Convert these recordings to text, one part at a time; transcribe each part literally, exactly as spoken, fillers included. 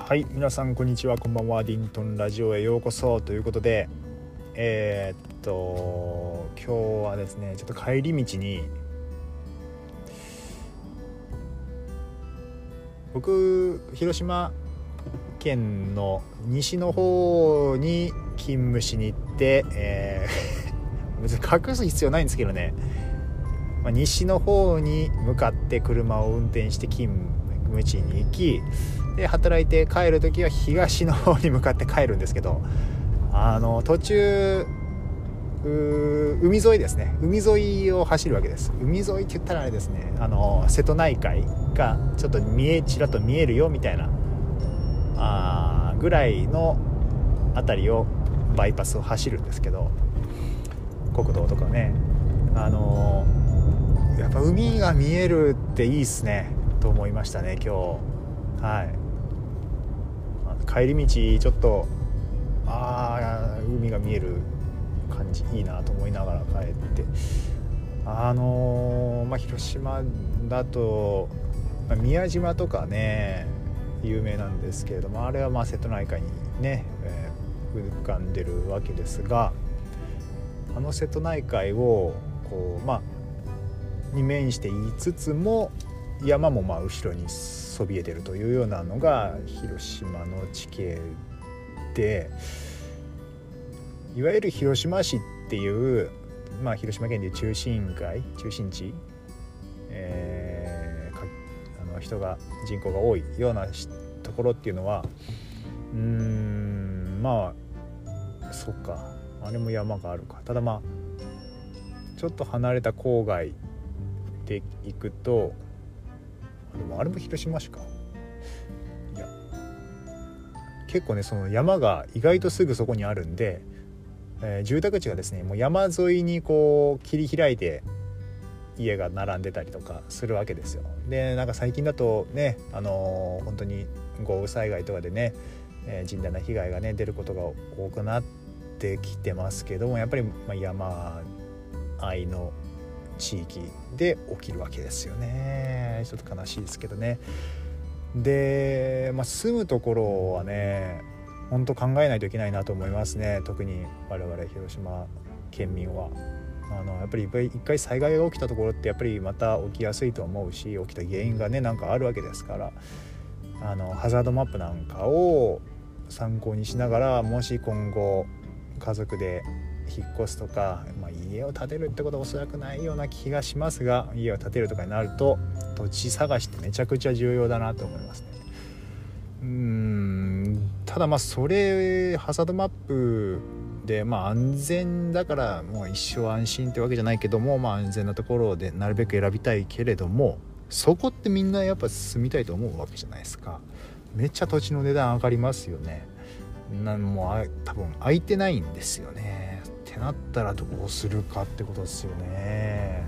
はい、皆さんこんにちは、こんばんは。ディントンラジオへようこそということで、えー、っと今日はですね、ちょっと帰り道に僕広島県の西の方に勤務しに行って、えー、別に隠す必要ないんですけどね、まあ、西の方に向かって車を運転して勤務地に行き、で働いて帰るときは東の方に向かって帰るんですけど、あの途中海沿いですね海沿いを走るわけです。海沿いって言ったらあれですね、あの瀬戸内海がちょっと見えちらっと見えるよみたいなあぐらいのあたりをバイパスを走るんですけど、国道とかね、あのやっぱ海が見えるっていいっすねと思いましたね今日。はい、帰り道ちょっとあ海が見える感じいいなと思いながら帰って、あのー、まあ広島だと、まあ、宮島とかね有名なんですけれども、あれはまあ瀬戸内海にね、えー、浮かんでるわけですが、あの瀬戸内海をこうまあに面していつつも山もまあ後ろにそびえてるというようなのが広島の地形で、いわゆる広島市っていう、まあ、広島県でいう中心街中心地、えー、かあの人が人口が多いようなところっていうのはうーんまあそっか、あれも山があるか。ただまあちょっと離れた郊外で行くと、でもあれも広島市か。いや結構ね、その山が意外とすぐそこにあるんで、えー、住宅地がですねもう山沿いにこう切り開いて家が並んでたりとかするわけですよ。でなんか最近だとね、あのー、本当に豪雨災害とかでね、えー、甚大な被害がね出ることが多くなってきてますけども、やっぱりまあ山あいの地域で起きるわけですよね。ちょっと悲しいですけどね。で、まあ、住むところはね本当考えないといけないなと思いますね。特に我々広島県民はあのやっぱり一回災害が起きたところってやっぱりまた起きやすいと思うし、起きた原因がねなんかあるわけですから、あのハザードマップなんかを参考にしながら、もし今後家族で引っ越すとか、まあ、家を建てるってことはおそらくないような気がしますが、家を建てるとかになると土地探しってめちゃくちゃ重要だなと思いますね。うーんただまあそれハザードマップでまあ安全だからもう一生安心ってわけじゃないけども、まあ安全なところでなるべく選びたいけれども、そこってみんなやっぱ住みたいと思うわけじゃないですか。めっちゃ土地の値段上がりますよね。なんもう多分空いてないんですよねってなったらどうするかってことですよね。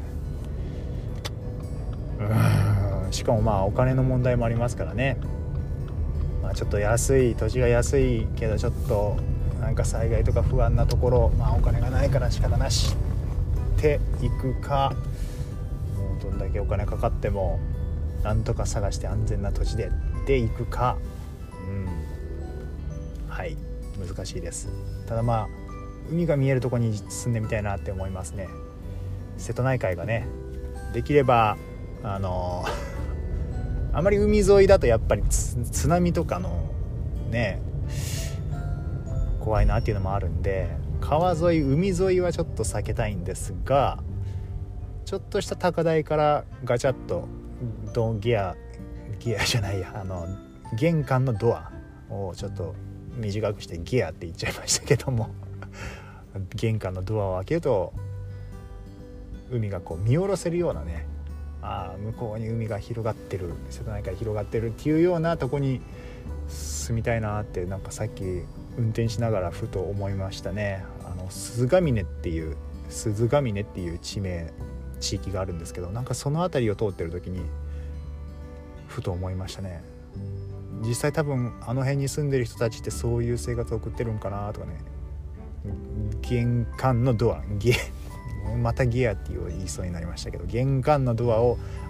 うーんしかもまあお金の問題もありますからね。まあ、ちょっと安い土地が安いけどちょっとなんか災害とか不安なところ、まあお金がないから仕方なしっていくか、もうどんだけお金かかってもなんとか探して安全な土地でで行くか、うんはい難しいです。ただまあ海が見えるところに住んでみたいなって思いますね。瀬戸内海がねできればあのあまり海沿いだとやっぱり 津, 津波とかのね怖いなっていうのもあるんで、川沿い海沿いはちょっと避けたいんですが、ちょっとした高台からガチャッとドギアギアじゃないやあの玄関のドアをちょっと短くしてギアって言っちゃいましたけども玄関のドアを開けると海がこう見下ろせるようなね、あ向こうに海が広がってる、瀬戸内海広がってるっていうようなとこに住みたいなって、なんかさっき運転しながらふと思いましたね。あの鈴ヶ峰っていう鈴ヶ峰っていう地名地域があるんですけど、なんかその辺りを通ってる時にふと思いましたね。実際多分あの辺に住んでる人たちってそういう生活を送ってるんかなとかね。玄関のドアゲまたギアって言いそうになりましたけど、玄関のドアを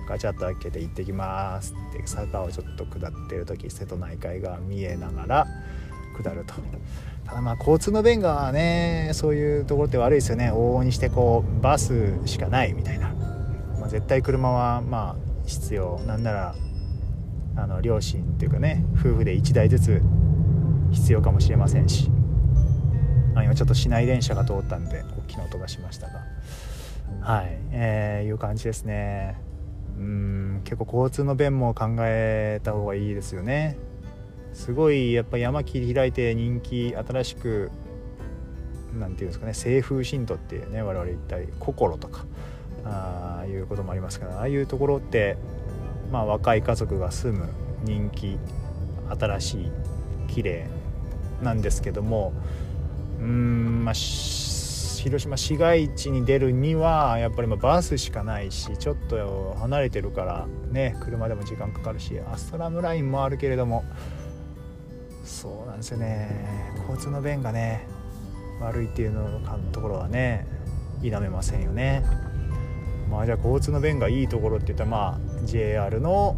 ガチャッと開けて行ってきますって坂をちょっと下ってる時瀬戸内海が見えながら下ると。ただまあ交通の便がねそういうところって悪いですよね。往々にしてこうバスしかないみたいな、まあ、絶対車はまあ必要なんならあの両親っていうかね夫婦でいちだいずつ必要かもしれませんし、あ今ちょっと市内電車が通ったんで大きな音がしましたが、はい、えー、いう感じですね。うーん結構交通の便も考えた方がいいですよね。すごいやっぱ山切り開いて人気新しくなんていうんですかね清風新都っていうね我々言ったり心とかああいうこともありますから、ああいうところってまあ若い家族が住む人気新しい綺麗なんですけども、うーんまあ広島市街地に出るにはやっぱりまあバスしかないし、ちょっと離れてるからね車でも時間かかるし、アストラムラインもあるけれどもそうなんですよね、交通の便がね悪いっていうのかところはね否めませんよね。まあじゃあ交通の便がいいところって言ったらまあ ジェイアール の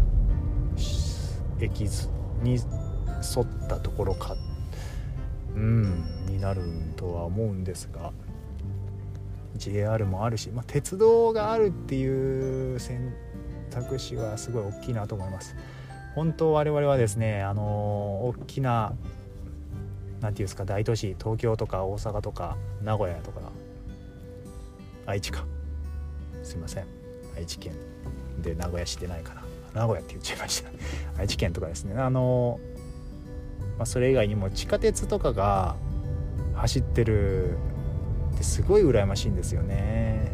駅に沿ったところかうんになるとは思うんですが、 ジェイアール もあるし、まあ、鉄道があるっていう選択肢はすごい大きいなと思います。本当我々はですねあの大きななんていうんですか大都市東京とか大阪とか名古屋とか愛知かすいません愛知県で名古屋市でないかな名古屋って言っちゃいました愛知県とかですねあの、まあ、それ以外にも地下鉄とかが走ってるってすごい羨ましいんですよね。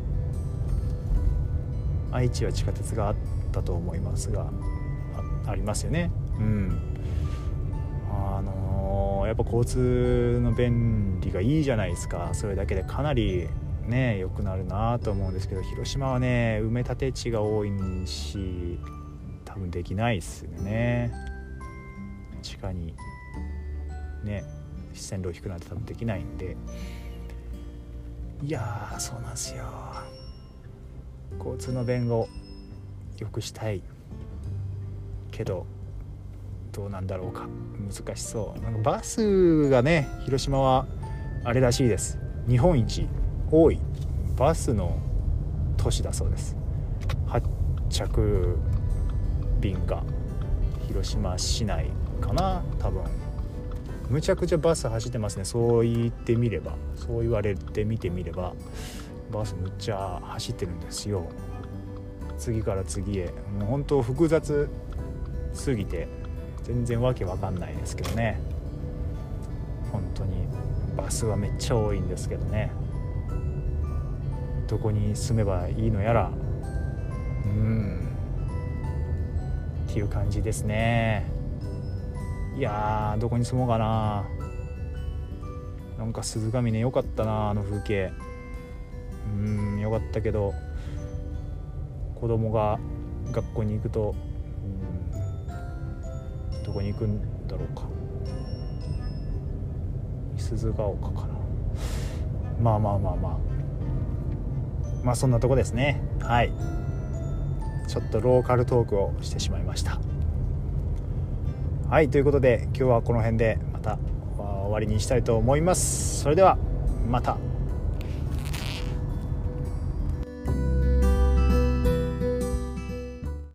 愛知は地下鉄があったと思いますが あ, ありますよね。うんあのー、やっぱ交通の便利がいいじゃないですか。それだけでかなりね良くなるなと思うんですけど、広島はね埋め立て地が多いし多分できないですよね。地下にね線路を引くなんて多分できないんで、いやーそうなんですよ。交通の便を良くしたいけどどうなんだろうか、難しそう。なんかバスがね広島はあれらしいです、日本一多いバスの都市だそうです。発着便が広島市内かな多分。むちゃくちゃバス走ってますね。そう言ってみればそう言われてみてみればバスむっちゃ走ってるんですよ。次から次へもう本当複雑すぎて全然わけわかんないですけどね。本当にバスはめっちゃ多いんですけどね、どこに住めばいいのやらうーんっていう感じですね。いやーどこに住もうかな。なんか鈴ヶ峰良かったなあの風景。うーん良かったけど子供が学校に行くとうんどこに行くんだろうか。鈴ヶ丘かな。まあまあまあまあまあそんなとこですね。はい、ちょっとローカルトークをしてしまいました。はい、ということで今日はこの辺でまた終わりにしたいと思います。それではまた。